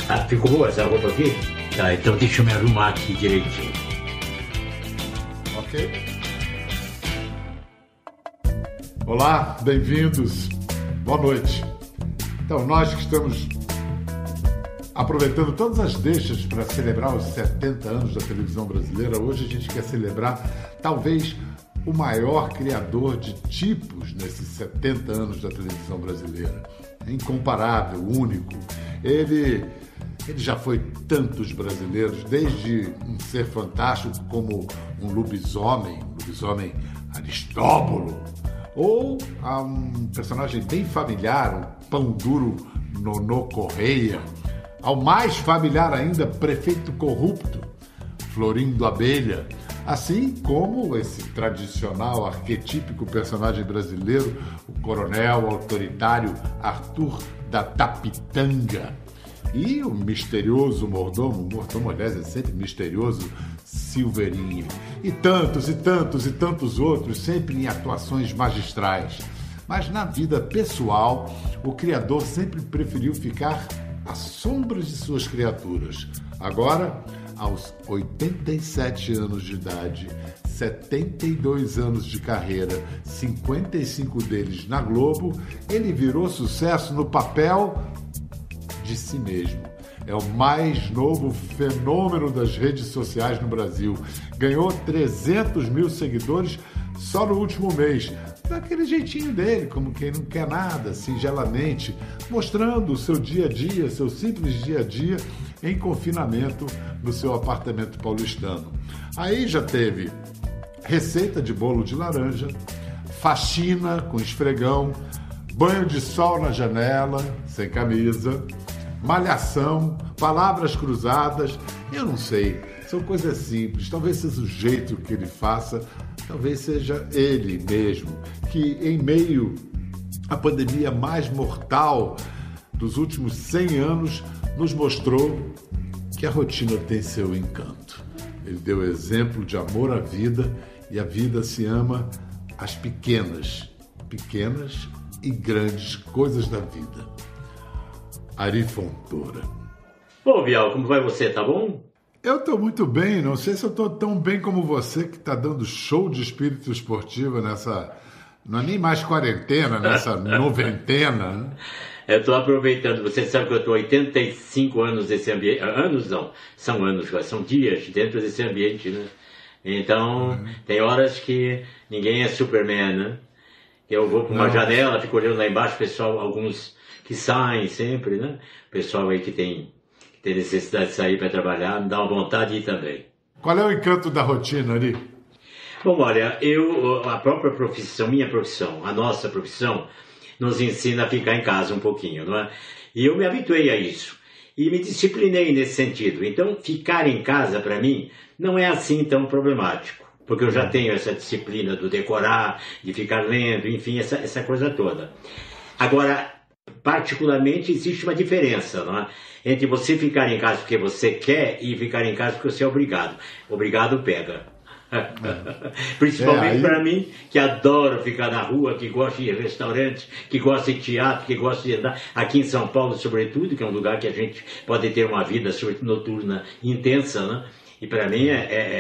Ah, ficou boa essa roupa aqui? Tá, então deixa eu me arrumar aqui direitinho. Ok? Olá, bem-vindos. Boa noite. Então, nós que estamos aproveitando todas as deixas para celebrar os 70 anos da televisão brasileira, hoje a gente quer celebrar talvez o maior criador de tipos nesses 70 anos da televisão brasileira. É incomparável, único. Ele já foi tantos brasileiros, desde um ser fantástico como um lobisomem Aristóbulo, ou a um personagem bem familiar, um pão duro Nonô Correia, ao mais familiar ainda, prefeito corrupto, Florindo Abelha, assim como esse tradicional, arquetípico personagem brasileiro, o coronel autoritário Arthur da Tapitanga, e o misterioso mordomo, aliás, é sempre misterioso, Silveirinho, e tantos outros, sempre em atuações magistrais. Mas na vida pessoal, o criador sempre preferiu ficar à sombra de suas criaturas. Agora, aos 87 anos de idade, 72 anos de carreira, 55 deles na Globo, ele virou sucesso no papel de si mesmo. É o mais novo fenômeno das redes sociais no Brasil. Ganhou 300 mil seguidores só no último mês. Daquele jeitinho dele, como quem não quer nada, singelamente, mostrando o seu dia a dia, seu simples dia a dia, em confinamento no seu apartamento paulistano. Aí já teve receita de bolo de laranja, faxina com esfregão, banho de sol na janela, sem camisa, malhação, palavras cruzadas, eu não sei, são coisas simples, talvez seja o jeito que ele faça, talvez seja ele mesmo, que em meio à pandemia mais mortal dos últimos 100 anos, nos mostrou que a rotina tem seu encanto. Ele deu exemplo de amor à vida, e a vida se ama às pequenas e grandes coisas da vida. Ari Fontoura. Ô, Bial, como vai você? Tá bom? Eu estou muito bem, não sei se eu estou tão bem como você, que está dando show de espírito esportivo nessa, não é nem mais quarentena, nessa noventena, né? Eu estou aproveitando, você sabe que eu estou 85 anos nesse ambiente, anos não, são anos, são dias dentro desse ambiente, né? Então, tem horas que ninguém é Superman, né? Eu vou para uma janela, fico olhando lá embaixo, pessoal, alguns que saem sempre, né? Pessoal aí que tem necessidade de sair para trabalhar, me dá uma vontade de ir também. Qual é o encanto da rotina, Ari? Bom, olha, a própria profissão, minha profissão, a nossa profissão, nos ensina a ficar em casa um pouquinho, não é? E eu me habituei a isso. E me disciplinei nesse sentido. Então, ficar em casa, para mim, não é assim tão problemático. Porque eu já tenho essa disciplina do decorar, de ficar lendo, enfim, essa coisa toda. Agora, particularmente, existe uma diferença, não é? Entre você ficar em casa porque você quer e ficar em casa porque você é obrigado. Obrigado pega. Principalmente para mim, que adoro ficar na rua, que gosto de restaurantes, que gosto de teatro, que gosto de andar aqui em São Paulo, sobretudo, que é um lugar que a gente pode ter uma vida noturna intensa, né? E para mim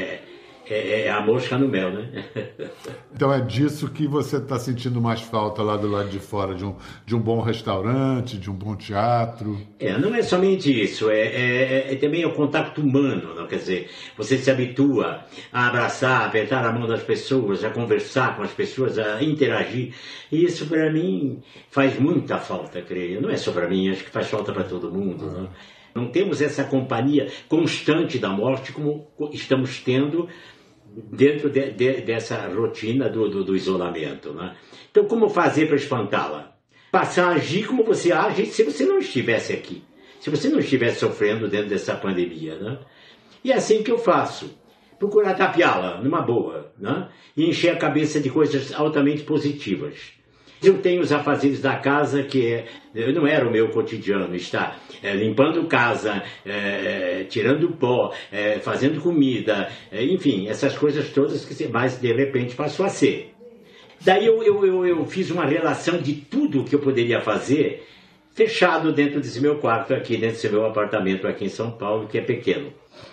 é a mosca no mel, né? Então é disso que você está sentindo mais falta lá do lado de fora, de um bom restaurante, de um bom teatro? Não é somente isso, também o contato humano, não? Quer dizer, você se habitua a abraçar, a apertar a mão das pessoas, a conversar com as pessoas, a interagir, e isso para mim faz muita falta, creio. Não é só para mim, acho que faz falta para todo mundo, não? Não temos essa companhia constante da morte como estamos tendo dentro dessa rotina do isolamento, né? Então, como fazer para espantá-la? Passar a agir como você age se você não estivesse aqui, se você não estivesse sofrendo dentro dessa pandemia, né? E é assim que eu faço. Procurar tapeá-la numa boa, né? E encher a cabeça de coisas altamente positivas. Eu tenho os afazeres da casa que não era o meu cotidiano, está limpando casa, tirando pó, fazendo comida, enfim, essas coisas todas que mais de repente passou a ser. Daí eu fiz uma relação de tudo que eu poderia fazer fechado dentro desse meu quarto aqui, dentro desse meu apartamento aqui em São Paulo, que é pequeno.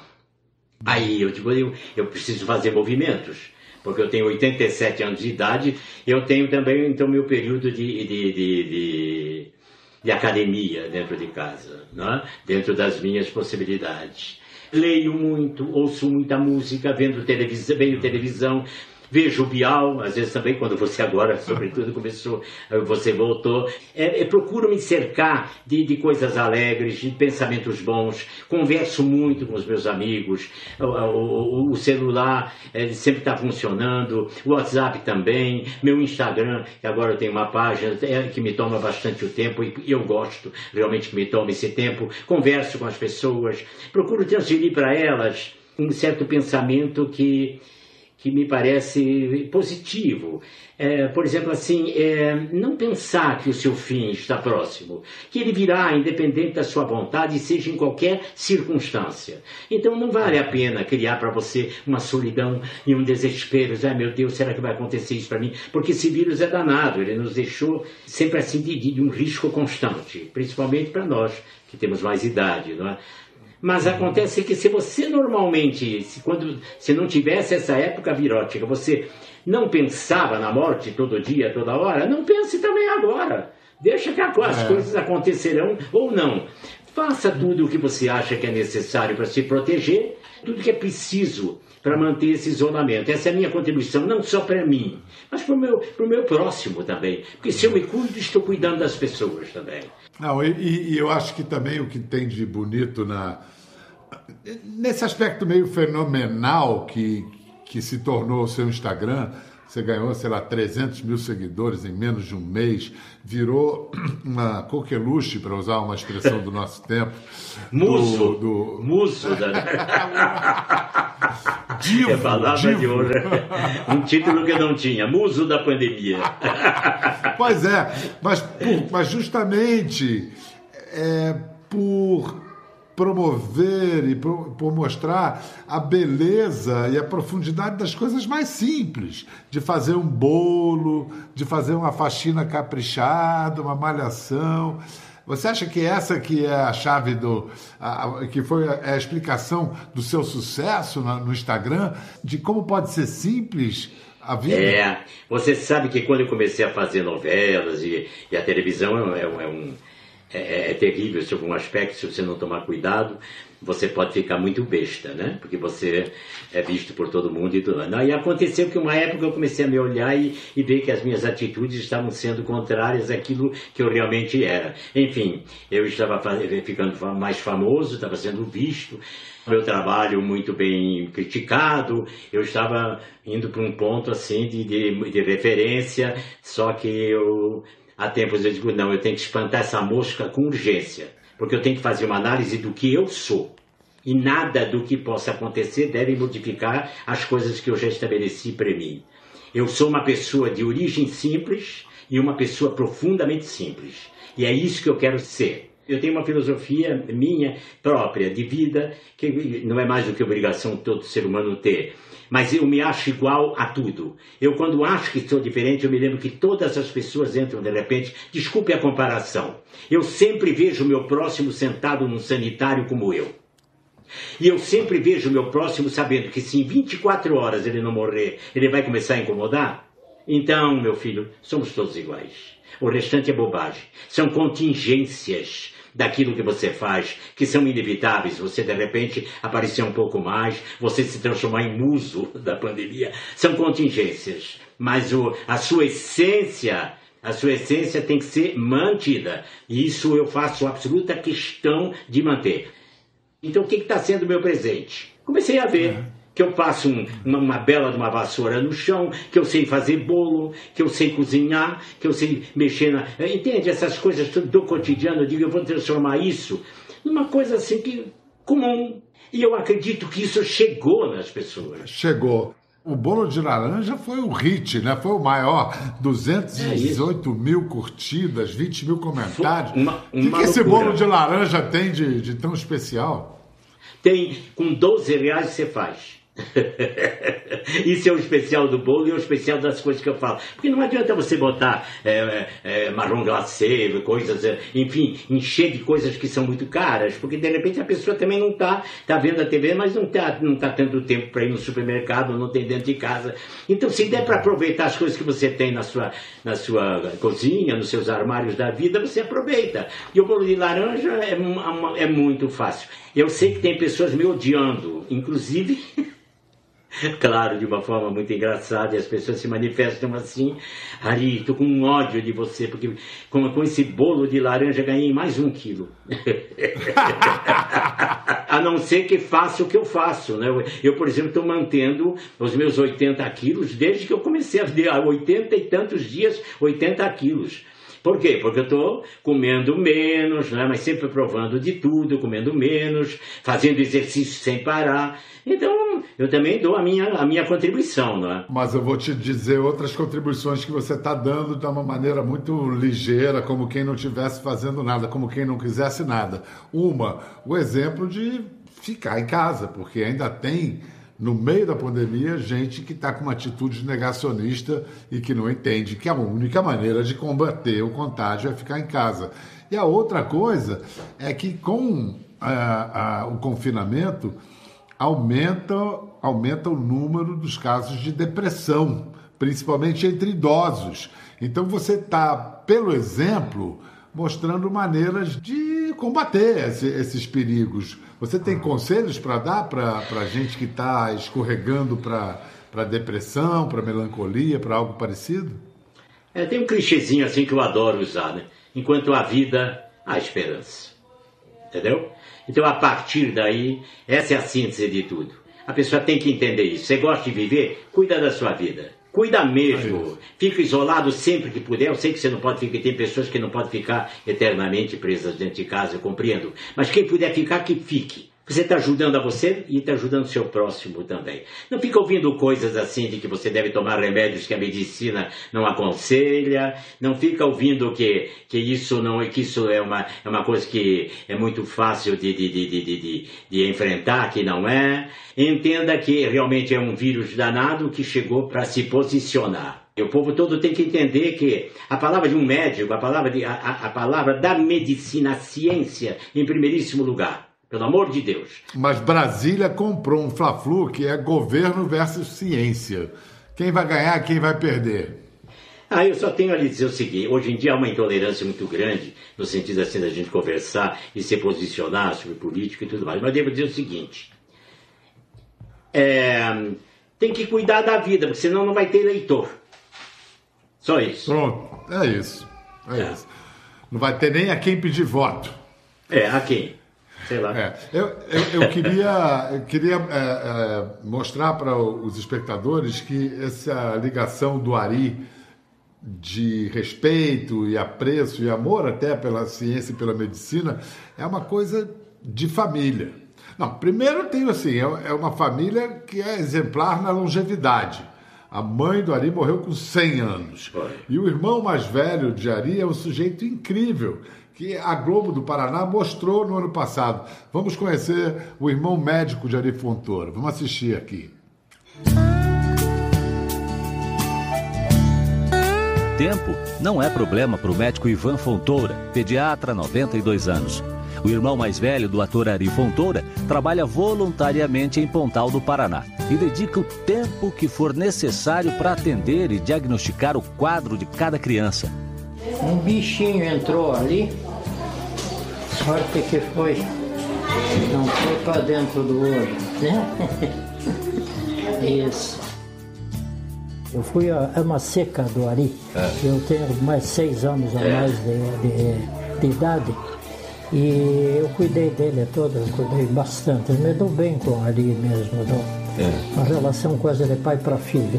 Aí eu digo, eu preciso fazer movimentos, porque eu tenho 87 anos de idade, eu tenho também, então, meu período de academia dentro de casa, né? Dentro das minhas possibilidades. Leio muito, ouço muita música, vejo televisão, vejo o Bial, às vezes também, quando você agora, sobretudo, você voltou. Procuro me cercar de coisas alegres, de pensamentos bons, converso muito com os meus amigos, o celular sempre está funcionando, o WhatsApp também, meu Instagram, que agora eu tenho uma página que me toma bastante o tempo, e eu gosto realmente que me tome esse tempo, converso com as pessoas, procuro transferir para elas um certo pensamento que me parece positivo. Por exemplo, assim, não pensar que o seu fim está próximo, que ele virá independente da sua vontade, seja em qualquer circunstância. Então não vale a pena criar para você uma solidão e um desespero. Ai, meu Deus, será que vai acontecer isso para mim? Porque esse vírus é danado, ele nos deixou sempre assim de um risco constante, principalmente para nós que temos mais idade, não é? Mas acontece que se você normalmente, se não tivesse essa época virótica, você não pensava na morte todo dia, toda hora, não pense também agora. Deixa que as coisas acontecerão ou não. Faça tudo o que você acha que é necessário para se proteger, tudo que é preciso para manter esse isolamento. Essa é a minha contribuição, não só para mim, mas para o meu próximo também. Porque se eu me cuido, estou cuidando das pessoas também. Não, e eu acho que também o que tem de bonito nesse aspecto meio fenomenal que se tornou o seu Instagram, você ganhou, sei lá, 300 mil seguidores em menos de um mês, virou uma coqueluche, para usar uma expressão do nosso tempo. Muso. Muso. Divo, é palavra divo. De hoje. Um título que eu não tinha. Muso da pandemia. Pois é, mas justamente por promover e por mostrar a beleza e a profundidade das coisas mais simples, de fazer um bolo, de fazer uma faxina caprichada, uma malhação. Você acha que essa que é a chave que foi a explicação do seu sucesso no Instagram, de como pode ser simples a vida? Você sabe que quando eu comecei a fazer novelas e a televisão é terrível sob um aspecto, se você não tomar cuidado, você pode ficar muito besta, né? Porque você é visto por todo mundo e tudo. E aconteceu que uma época eu comecei a me olhar e ver que as minhas atitudes estavam sendo contrárias àquilo que eu realmente era. Enfim, eu estava ficando mais famoso, estava sendo visto, meu trabalho muito bem criticado, eu estava indo para um ponto assim de referência, só que há tempos eu digo, não, eu tenho que espantar essa mosca com urgência, porque eu tenho que fazer uma análise do que eu sou. E nada do que possa acontecer deve modificar as coisas que eu já estabeleci para mim. Eu sou uma pessoa de origem simples e uma pessoa profundamente simples. E é isso que eu quero ser. Eu tenho uma filosofia minha própria de vida, que não é mais do que obrigação todo ser humano ter. Mas eu me acho igual a tudo. Eu, quando acho que sou diferente, eu me lembro que todas as pessoas entram de repente. Desculpe a comparação. Eu sempre vejo o meu próximo sentado num sanitário como eu. E eu sempre vejo o meu próximo sabendo que se em 24 horas ele não morrer, ele vai começar a incomodar. Então, meu filho, somos todos iguais. O restante é bobagem. São contingências daquilo que você faz, que são inevitáveis. Você, de repente, aparecer um pouco mais, você se transformar em muso da pandemia. São contingências. Mas a sua essência tem que ser mantida. E isso eu faço absoluta questão de manter. Então, o que está sendo o meu presente? Comecei a ver que eu passo uma bela de uma vassoura no chão, que eu sei fazer bolo, que eu sei cozinhar, que eu sei mexer Entende? Essas coisas tudo do cotidiano, eu digo, eu vou transformar isso numa coisa assim comum. E eu acredito que isso chegou nas pessoas. Chegou. O bolo de laranja foi um hit, né? Foi o maior. 218 mil curtidas, 20 mil comentários. O que esse bolo de laranja tem de tão especial? Tem, com R$12 você faz. Isso é o especial do bolo e o especial das coisas que eu falo. Porque não adianta você botar marrom glacê, coisas, enfim, encher de coisas que são muito caras, porque de repente a pessoa também não tá vendo a TV, mas não tá tendo tempo para ir no supermercado, não tem dentro de casa. Então, se der para aproveitar as coisas que você tem na sua cozinha, nos seus armários da vida, você aproveita. E o bolo de laranja é muito fácil. Eu sei que tem pessoas me odiando, inclusive... Claro, de uma forma muito engraçada, e as pessoas se manifestam assim: Ari, tô com um ódio de você, porque com esse bolo de laranja ganhei mais 1 quilo. A não ser que faça o que eu faço, né? Eu, por exemplo, estou mantendo os meus 80 quilos desde que eu comecei há 80 e tantos dias, 80 quilos. Por quê? Porque eu estou comendo menos, né? Mas sempre provando de tudo, comendo menos, fazendo exercício sem parar. Então, eu também dou a minha contribuição, não é? Mas eu vou te dizer outras contribuições que você está dando de uma maneira muito ligeira, como quem não estivesse fazendo nada, como quem não quisesse nada. O exemplo de ficar em casa, porque ainda tem... No meio da pandemia, gente que está com uma atitude negacionista e que não entende que a única maneira de combater o contágio é ficar em casa. E a outra coisa é que com o confinamento aumenta o número dos casos de depressão, principalmente entre idosos. Então você está, pelo exemplo, mostrando maneiras de combater esses perigos. Você tem conselhos para dar para gente que está escorregando para depressão, para melancolia, para algo parecido? Tem um clichêzinho assim que eu adoro usar, né? Enquanto há vida, há esperança. Entendeu? Então, a partir daí, essa é a síntese de tudo. A pessoa tem que entender isso. Você gosta de viver? Cuida da sua vida. Cuida mesmo. Fica isolado sempre que puder. Eu sei que você não pode ficar, tem pessoas que não podem ficar eternamente presas dentro de casa, eu compreendo. Mas quem puder ficar, que fique. Você está ajudando a você e está ajudando o seu próximo também. Não fica ouvindo coisas assim de que você deve tomar remédios que a medicina não aconselha. Não fica ouvindo que isso é uma coisa que é muito fácil de enfrentar, que não é. Entenda que realmente é um vírus danado que chegou para se posicionar. E o povo todo tem que entender que a palavra de um médico, a palavra da medicina, a ciência, em primeiríssimo lugar. Pelo amor de Deus. Mas Brasília comprou um Fla-Flu que é governo versus ciência. Quem vai ganhar, quem vai perder? Eu só tenho a lhe dizer o seguinte: hoje em dia há uma intolerância muito grande, no sentido assim da gente conversar e se posicionar sobre política e tudo mais. Mas devo dizer o seguinte: tem que cuidar da vida, porque senão não vai ter eleitor. Só isso. Pronto, é isso. Isso. Não vai ter nem a quem pedir voto. A quem? Sei lá. Eu queria mostrar para os espectadores que essa ligação do Ari de respeito e apreço e amor até pela ciência e pela medicina é uma coisa de família. Não, primeiro tem assim, é uma família que é exemplar na longevidade. A mãe do Ari morreu com 100 anos. E o irmão mais velho de Ari é um sujeito incrível, que a Globo do Paraná mostrou no ano passado. Vamos conhecer o irmão médico de Ari Fontoura. Vamos assistir aqui. Tempo não é problema para o médico Ivan Fontoura, pediatra, 92 anos. O irmão mais velho do ator Ari Fontoura trabalha voluntariamente em Pontal do Paraná e dedica o tempo que for necessário para atender e diagnosticar o quadro de cada criança. Um bichinho entrou ali, sorte que foi, não foi para dentro do olho, né? Isso. Eu fui a ama seca do Ari, eu tenho mais 6 anos a mais de idade, e eu cuidei dele todo, eu cuidei bastante, eu me dou bem com o Ari mesmo, uma relação quase de pai para filho.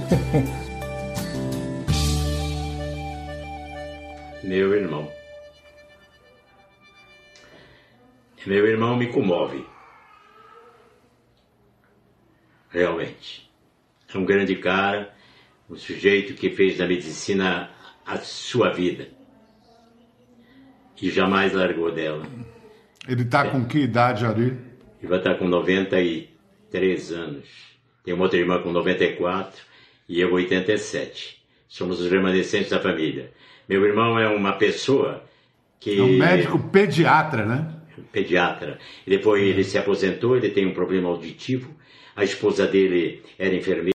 Meu irmão me comove. Realmente. É um grande cara, um sujeito que fez da medicina a sua vida. E jamais largou dela. Ele está com que idade, Ari? Ele vai estar com 93 anos. Tenho uma outra irmã com 94 e eu 87. Somos os remanescentes da família. Meu irmão é uma pessoa que... É um médico pediatra, né? Pediatra. E depois ele se aposentou, ele tem um problema auditivo. A esposa dele era enfermeira.